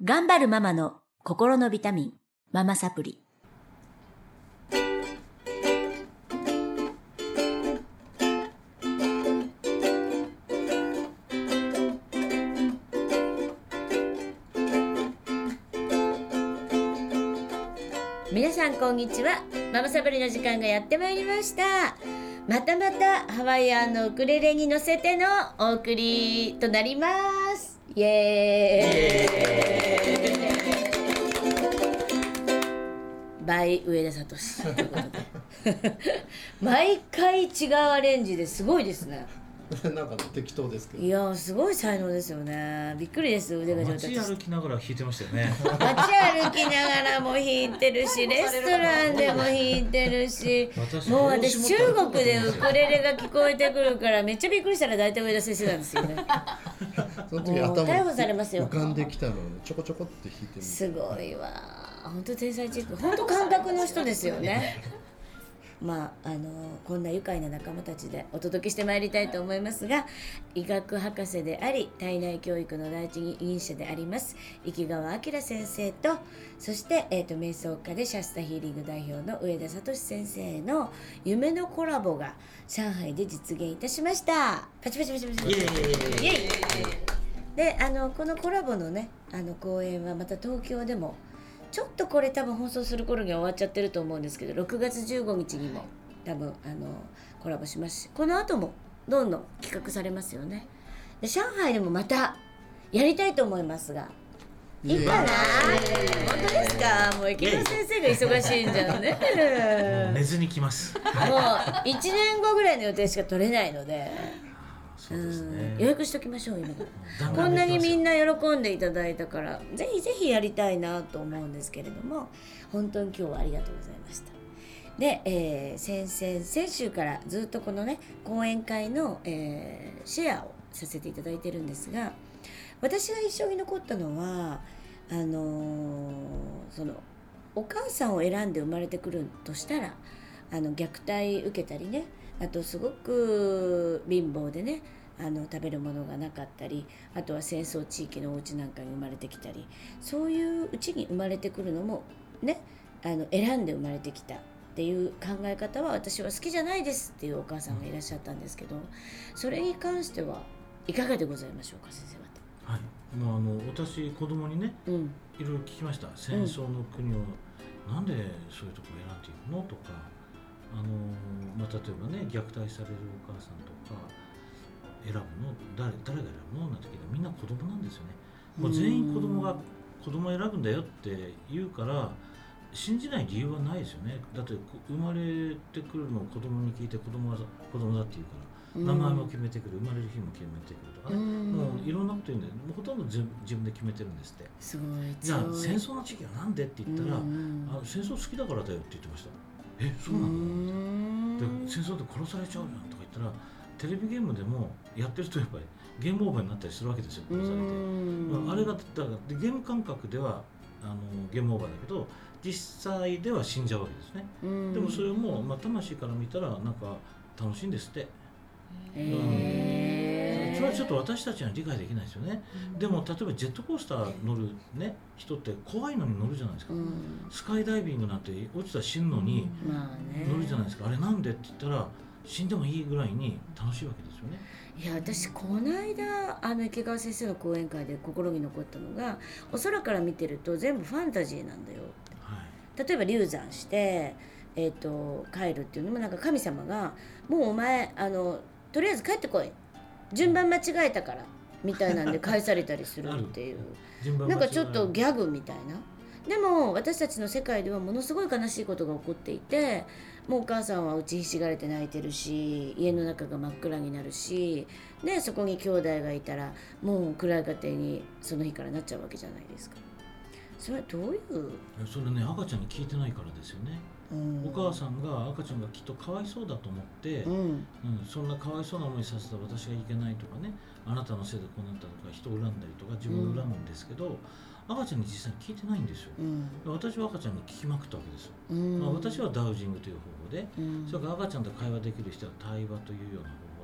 頑張るママの心のビタミン、ママサプリ。皆さんこんにちは。ママサプリの時間がやってまいりました。またハワイアンのウクレレに乗せてのお送りとなります。イエーイバイ上田聡ということで毎回違うアレンジですごいですね。 なんか適当ですけど。 いやすごい才能ですよね。びっくりです。腕が上達。 街歩きながら弾いてましたよね。 街歩きながらも弾いてるし、レストランでも弾いてるし、もう私中国でウクレレが聞こえてくるからめっちゃびっくりしたら大体上田先生なんですよね。 その時頭逮捕されますよ。 浮かんできたのをちょこちょこって弾いてみて。 すごいわ。本当天才チック。本当感覚の人ですよね。こんな愉快な仲間たちでお届けしてまいりたいと思いますが、医学博士であり体内教育の第一人者であります池川明先生と、そして、瞑想家でシャスタヒーリング代表の上田聡先生の夢のコラボが上海で実現いたしました。パチパチパチパチ。イエーイ。でこのコラボのね公演はまた東京でもちょっとこれ多分放送する頃には終わっちゃってると思うんですけど、6月15日にも多分コラボしますし、この後もどんどん企画されますよね。で上海でもまたやりたいと思いますが、いいかな。本当ですか。もう池田先生が忙しいんじゃんね。 もう寝ずに来ます。 もう1年後ぐらいの予定しか取れないので、 そうですね、 予約しときましょう今こんなにみんな喜んでいただいたから、ぜひぜひやりたいなと思うんですけれども、本当に今日はありがとうございました。で、先週からずっとこのね講演会の、シェアをさせていただいてるんですが、私が印象に残ったのはそのお母さんを選んで生まれてくるとしたら虐待受けたりね、あとすごく貧乏でね食べるものがなかったり、あとは戦争地域のお家なんかに生まれてきたり、そういううちに生まれてくるのもね選んで生まれてきたっていう考え方は私は好きじゃないですっていうお母さんがいらっしゃったんですけど、それに関してはいかがでございましょうか先生は。 はい、私子供にね、いろいろ聞きました。戦争の国をなんでそういうところを選んでいるのとか、例えばね虐待されるお母さんとか選ぶの誰が選ぶのなんて聞いたらみんな子供なんですよね。もう全員子供を選ぶんだよって言うから信じない理由はないですよね。だって生まれてくるのを子供に聞いて子供だって言うから名前も決めてくる、生まれる日も決めてくるとかね、もういろんなこと言うんで、もうほとんど自分で決めてるんですって。 すごい。 じゃあ戦争の時期はなんでって言ったら、戦争好きだからだよって言ってました。そうなの？で戦争で殺されちゃうじゃんとか言ったら、テレビゲームでもやってるとやっぱりゲームオーバーになったりするわけですよ。殺されて、あれがだからでゲーム感覚ではゲームオーバーだけど実際では死んじゃうわけですね。でもそれも、魂から見たらなんか楽しいんですって。それはちょっと私たちには理解できないですよね。でも例えばジェットコースター乗る、ね、人って怖いのに乗るじゃないですか。スカイダイビングなんて落ちたら死ぬのに乗るじゃないですか。あれなんでって言ったら死んでもいいぐらいに楽しいわけですよね。 いや私この間池川先生の講演会で心に残ったのが、お空から見てると全部ファンタジーなんだよって、例えば流産して帰るっていうのもなんか神様がもうお前とりあえず帰ってこい、順番間違えたからみたいなんで返されたりするっていうなんかちょっとギャグみたいな。でも私たちの世界ではものすごい悲しいことが起こっていて、もうお母さんは打ちひしがれて泣いてるし、家の中が真っ暗になるし、でそこに兄弟がいたらもう暗い家庭にその日からなっちゃうわけじゃないですか。それはどういう？ それね赤ちゃんに聞いてないからですよね。お母さんが赤ちゃんがきっとかわいそうだと思って、そんなかわいそうな思いさせた私がいけないとかね、あなたのせいでこうなったとか人を恨んだりとか自分を恨むんですけど、赤ちゃんに実際に聞いてないんですよ。私は赤ちゃんに聞きまくったわけですよ。私はダウジングという方法で、それから赤ちゃんと会話できる人は対話というような方法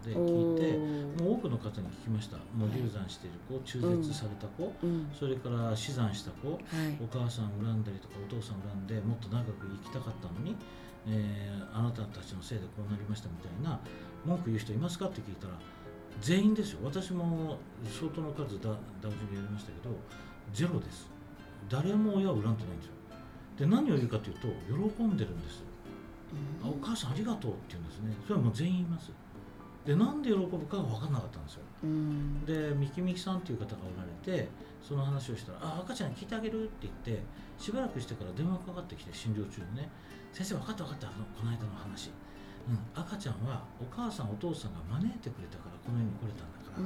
で聞いて、もう多くの方に聞きました。もう流産している子、中絶された子、それから死産した子、お母さんを恨んだりとかお父さんを恨んでもっと長く生きたかったのに、あなたたちのせいでこうなりましたみたいな文句言う人いますかって聞いたら全員ですよ。私も相当の数ダウジでやりましたけどゼロです。誰も親を恨んでないんですよ。で何を言うかというと喜んでるんです。お母さんありがとうって言うんですね。それはもう全員います。でなんで喜ぶかが分からなかったんですよ。でミキミキさんっていう方がおられてその話をしたら赤ちゃんに聞いてあげるって言ってしばらくしてから電話かかってきて診療中にね先生分かったこの間の話、赤ちゃんはお母さんお父さんが招いてくれたからこの世に来れたんだから、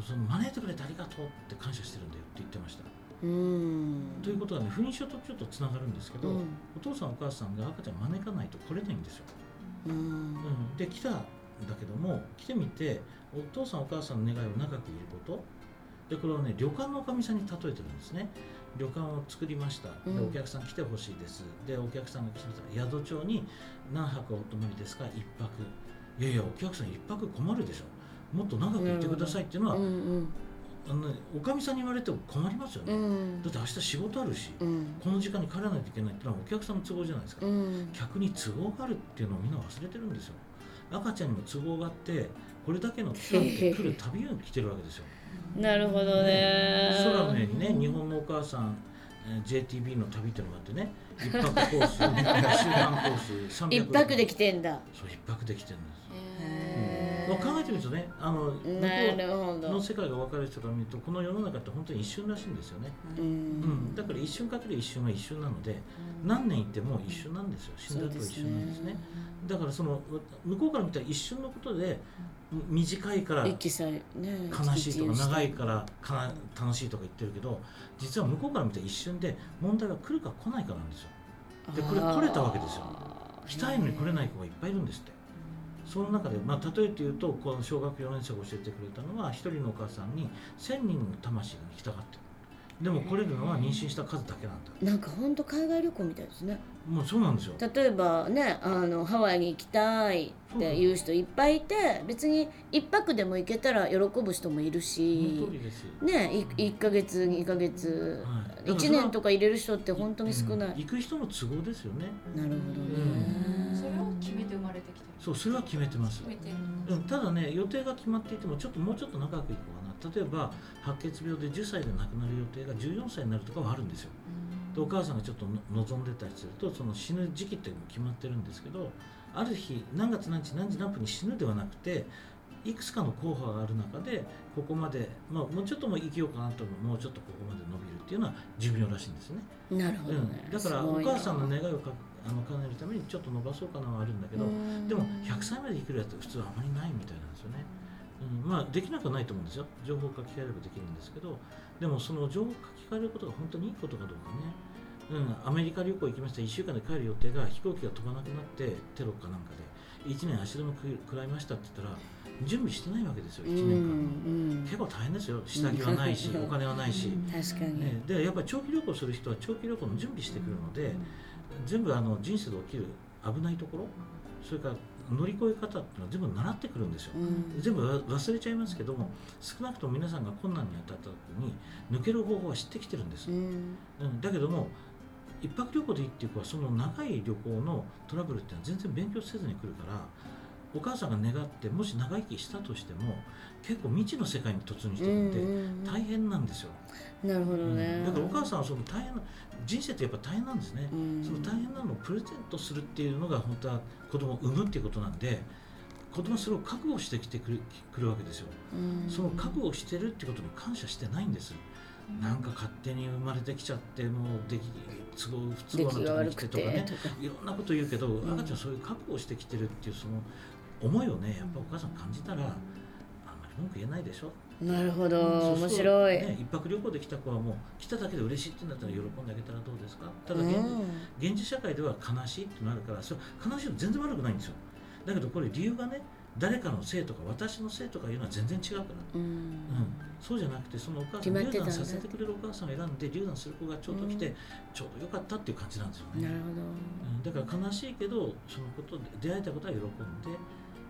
その招いてくれてありがとうって感謝してるんだよって言ってました。ということはね不妊症とちょっとつながるんですけど、お父さんお母さんが赤ちゃん招かないと来れないんですよ。で来たんだけども来てみてお父さんお母さんの願いを長くいることでこれはね旅館のおかみさんに例えてるんですね。旅館を作りました。でお客さん来てほしいです。でお客さんが来てたら宿帳に何泊お泊まりですか1泊。いやいやお客さん1泊困るでしょ。もっと長くいてくださいっていうのは、おかみさんに言われても困りますよね。だって明日仕事あるし、この時間に帰らないといけないっていうのはお客さんの都合じゃないですか。客に都合があるっていうのをみんな忘れてるんですよ。赤ちゃんにも都合があってこれだけの期間で来る旅に来てるわけですよ。 なるほどね。 空の上にね日本のお母さん、JTB の旅っていうのがあってね一泊コース、週間コース300 一泊で来てんだ。 そう一泊で来てるんです。考えてみるとねなるほどの世界が分かる人から見るとこの世の中って本当に一瞬らしいんですよね。だから一瞬かける一瞬は一瞬なので何年いても一瞬なんですよ。死んだ後は一瞬なんですね。だからその向こうから見たら一瞬のことで短いから悲しいとか長いから楽しいとか言ってるけど実は向こうから見たら一瞬で問題が来るか来ないかなんですよ。でこれ来れたわけですよ。来たいのに来れない子がいっぱいいるんですって。その中で、例えて言うとこの小学4年生が教えてくれたのは一人のお母さんに1000人の魂が行きたがってる。でも来れるのは妊娠した数だけなんだ。 なんか本当海外旅行みたいですね。 もうそうなんですよ。 例えばねハワイに行きたいっていう人いっぱいいて別に1泊でも行けたら喜ぶ人もいるし、 その通りですね1ヶ月2ヶ月、1年とか入れる人って本当に少ない。 行く人の都合ですよね。 なるほどね。 それを決めて生まれてきてる。 そうそれは決めてます。ただね予定が決まっていてももうちょっと長く行こうかな。例えば白血病で10歳で亡くなる予定が14歳になるとかはあるんですよ。でお母さんがちょっと望んでたりするとその死ぬ時期って決まってるんですけどある日何月何日何時何分に死ぬではなくていくつかの候補がある中でここまで、もうちょっとも生きようかなともうちょっとここまで伸びるっていうのは寿命らしいんですね。 なるほどね。 だからお母さんの願いを叶えるためにちょっと伸ばそうかなはあるんだけどでも100歳まで生きるやつ普通はあまりないみたいなんですよね。できなくはないと思うんですよ。情報を書き換えればできるんですけどでもその情報を書き換えることが本当にいいことかどうかね。アメリカ旅行行きました1週間で帰る予定が飛行機が飛ばなくなってテロかなんかで1年足止め食らいましたって言ったら準備してないわけですよ。1年間、結構大変ですよ。下着はないしお金はないし確かに、 でやっぱり長期旅行する人は長期旅行の準備してくるので全部人生で起きる危ないところそれから乗り越え方っていうのは全部習ってくるんですよ。全部忘れちゃいますけども少なくとも皆さんが困難に当たった時に抜ける方法は知ってきてるんです。だけども一泊旅行でいいっていう子はその長い旅行のトラブルっていうのは全然勉強せずに来るからお母さんが願ってもし長生きしたとしても結構未知の世界に突入してるんで大変なんですよ。 なるほどね。 だからお母さんはその大変な人生ってやっぱ大変なんですね。その大変なのをプレゼントするっていうのが本当は子供を産むっていうことなんで子供はそれを覚悟してきてくるわけですよ。その覚悟してるってことに感謝してないんです。なんか勝手に生まれてきちゃってもう不都合な時に来てとかねいろんなこと言うけど赤ちゃんそういう覚悟をしてきてるっていうその思いをねやっぱお母さん感じたらあんまり文句言えないでしょ。 なるほど、面白い、 ね、一泊旅行で来た子はもう来ただけで嬉しいってなったら喜んであげたらどうですか。ただ現実社会では悲しいってなるからそれ悲しいの全然悪くないんですよ。だけどこれ理由がね誰かのせいとか私のせいとかいうのは全然違うから、そうじゃなくてそのお母さん流産させてくれるお母さんを選んで流産する子がちょうど来て、ちょうどよかったっていう感じなんですよね。 なるほど、 だから悲しいけどそのことで出会えたことは喜んで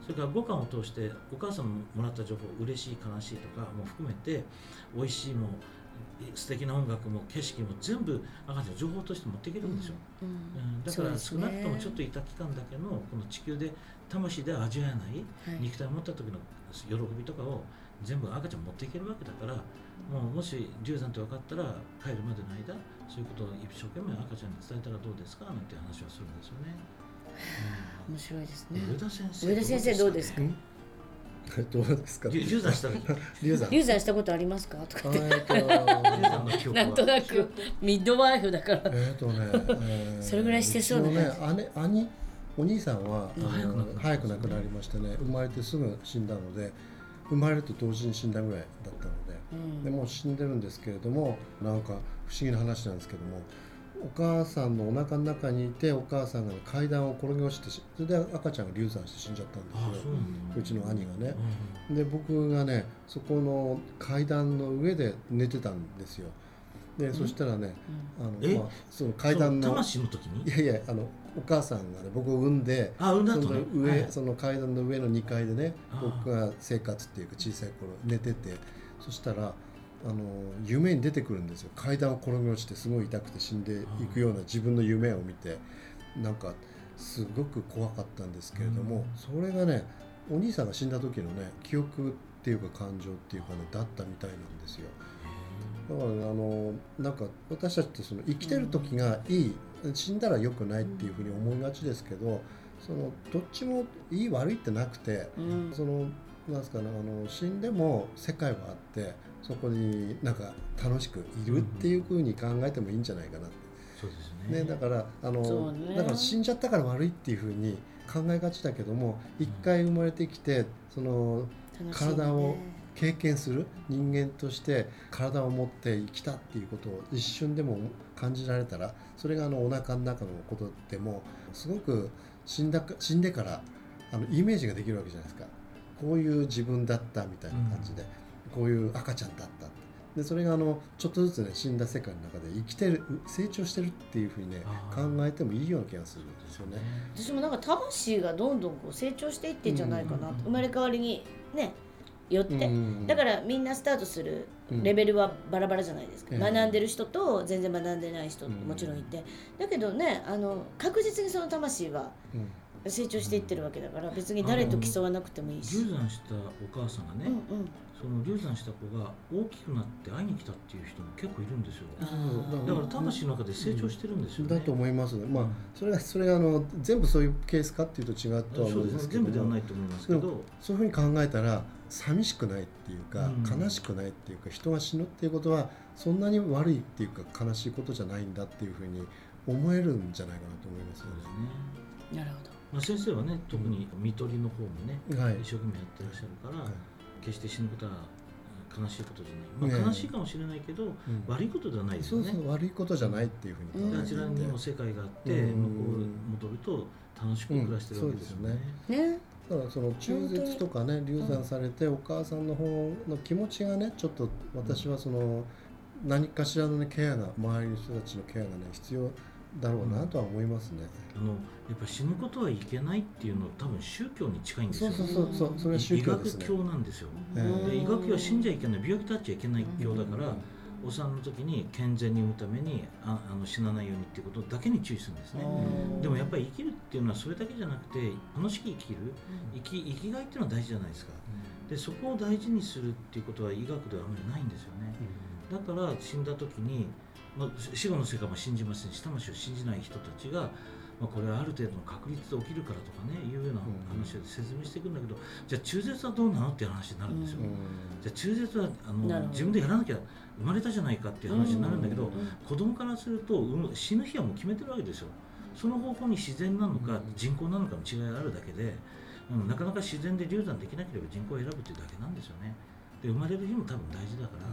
それから五感を通してお母さんのもらった情報、嬉しい悲しいとかも含めて、美味しいも素敵な音楽も景色も全部赤ちゃん情報として持っていけるんですよ、だから少なくともちょっといた期間だけのこの地球で魂で味わえない肉体を持った時の喜びとかを全部赤ちゃん持っていけるわけだから、もし流産って分かったら帰るまでの間そういうことを一生懸命赤ちゃんに伝えたらどうですかなんて話はするんですよね。 面白いですね。 上田先生、 上田先生どうですか？ どうですか？ 流産したら流産したことありますかとかって流産の記憶はなんとなくミッドワイフだからそれぐらいしてそうだね。 お兄さんは早く亡くなりましてね、生まれてすぐ死んだので、生まれると同時に死んだぐらいだったので、でもう死んでるんですけれども、なんか不思議な話なんですけども、お母さんのお腹の中にいて、お母さんが階段を転げ落ちて、それで赤ちゃんが流産して死んじゃったんですよ。うちの兄がね、で僕がねそこの階段の上で寝てたんですよ。でそしたらね、その階段の魂の時に、 いやお母さんがね僕を産んで、その階段の上の2階でね、僕が生活っていうか小さい頃寝てて、そしたら夢に出てくるんですよ。階段を転げ落ちてすごい痛くて死んでいくような自分の夢を見て、なんかすごく怖かったんですけれども、それがねお兄さんが死んだ時のね記憶っていうか感情っていうかねだったみたいなんですよ。だからなんか私たちってその生きてる時がいい、死んだら良くないっていうふうに思いがちですけど、そのどっちもいい悪いってなくて、そのなんですかね、死んでも世界はあって、そこになんか楽しくいるっていうふうに考えてもいいんじゃないかなって。 そうですね。 だからだから死んじゃったから悪いっていうふうに考えがちだけども、一回生まれてきてその体を経験する人間として体を持って生きたっていうことを一瞬でも感じられたら、それがお腹の中のことでもすごく死んでからイメージができるわけじゃないですか。こういう自分だったみたいな感じで、こういう赤ちゃんだったで、それがちょっとずつね死んだ世界の中で生きてる、成長してるっていうふうにね考えてもいいような気がするんですよね。 私もなんか魂がどんどんこう成長していってんじゃないかな、生まれ変わりにねよって、だからみんなスタートするレベルはバラバラじゃないですか、学んでる人と全然学んでない人もちろんいて、だけどね確実にその魂は成長していってるわけだから、別に誰と競わなくてもいいし。 流産したお母さんがね、その流産した子が大きくなって会いに来たっていう人も結構いるんですよ。だから魂の中で成長してるんですよね。 だと思います。まあそれが全部そういうケースかっていうと違うとは思うんですけど、 全部ではないと思いますけど、 そういうふうに考えたら寂しくないっていうか、悲しくないっていうか、人が死ぬっていうことはそんなに悪いっていうか悲しいことじゃないんだっていうふうに思えるんじゃないかなと思いますよね。 なるほど。 先生はね、特に看取りの方もね、一生懸命やってらっしゃるから、決して死ぬことは悲しいことじゃない、悲しいかもしれないけど、悪いことではないですよね。 そう悪いことじゃないっていうふうにあちらにも世界があって、向こう戻ると楽しく暮らしてるわけですよね。 だからその中絶とかね流産されて、お母さんの方の気持ちがねちょっと私はその何かしらのねケアが、周りの人たちのケアがね必要だろうなとは思いますね。 やっぱ死ぬことはいけないっていうのは多分宗教に近いんですよ。 そうそれは宗教ですね。 医学教なんですよ。で医学教は死んじゃいけない、病気立っちゃいけない教だから、お産の時に健全に産むために死なないようにっていうことだけに注意するんですね。でもやっぱり生きるっていうのはそれだけじゃなくて、楽しく生きる生きがいっていうのは大事じゃないですか。でそこを大事にするっていうことは医学ではあんまりないんですよね。だから死んだ時に、死後の世界も信じませんし、魂を信じない人たちが、これはある程度の確率で起きるからとかねいうような話で説明していくんだけど、じゃあ中絶はどうなのっていう話になるんですよ。じゃあ中絶は自分でやらなきゃ生まれたじゃないかっていう話になるんだけど、子供からすると死ぬ日はもう決めてるわけですよ。その方向に自然なのか人工なのかの違いがあるだけで、なかなか自然で流産できなければ人工を選ぶっていうだけなんですよね。で生まれる日も多分大事だから、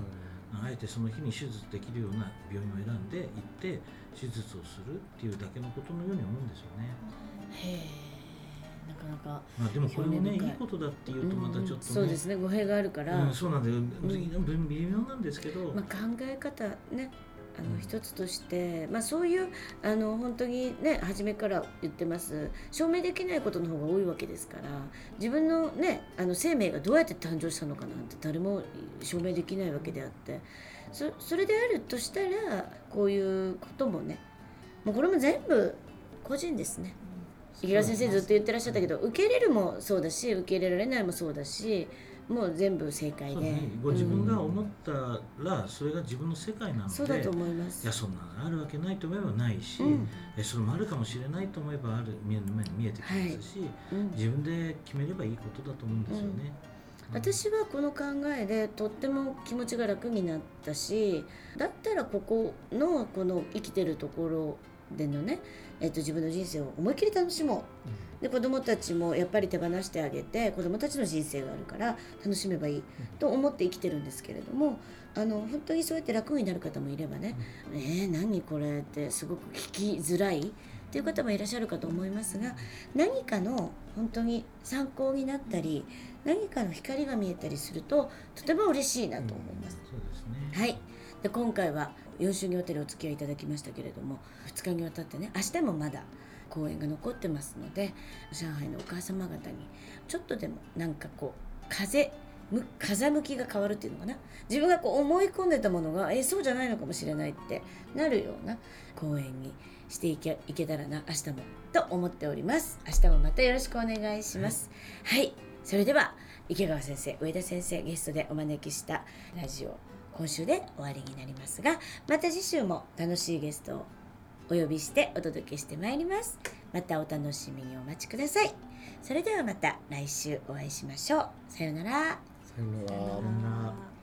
あえてその日に手術できるような病院を選んで行って手術をするっていうだけのことのように思うんですよね。 へえ、なかなか。 でもこれもね、いいことだっていうとまたちょっとね、 そうですね、語弊があるから、 そうなんだよ、微妙なんですけど、 考え方ね、 一つとして、そういう本当にね初めから言ってます証明できないことの方が多いわけですから、自分のね生命がどうやって誕生したのかなんて誰も証明できないわけであって、それであるとしたらこういうこともね、もうこれも全部個人ですね。池川先生ずっと言ってらっしゃったけど、受け入れるもそうだし受け入れられないもそうだし、もう全部正解で、 ご自分が思ったらそれが自分の世界なので、 そうだと思います。 いやそんなのあるわけないと思えばないし、それもあるかもしれないと思えばある目の前に見えてきますし、自分で決めればいいことだと思うんですよね。 私はこの考えでとっても気持ちが楽になったし、だったらこの生きてるところでのね、自分の人生を思いっきり楽しもう、で子どもたちもやっぱり手放してあげて、子どもたちの人生があるから楽しめばいいと思って生きてるんですけれども、本当にそうやって楽になる方もいればね、何これってすごく聞きづらいっていう方もいらっしゃるかと思いますが、何かの本当に参考になったり何かの光が見えたりするととても嬉しいなと思います。 そうですね。 はい。で今回は4週にわたりお付き合いいただきましたけれども、2日にわたってね、明日もまだ公演が残ってますので、上海のお母様方にちょっとでもなんかこう風向きが変わるっていうのかな、自分がこう思い込んでたものがそうじゃないのかもしれないってなるような公演にしていけたらな、明日もと思っております。明日もまたよろしくお願いします。はい、それでは池川先生、上田先生ゲストでお招きしたラジオ、今週で終わりになりますが、また次週も楽しいゲストをお呼びしてお届けしてまいります。またお楽しみにお待ちください。それではまた来週お会いしましょう。さようなら。 さようなら。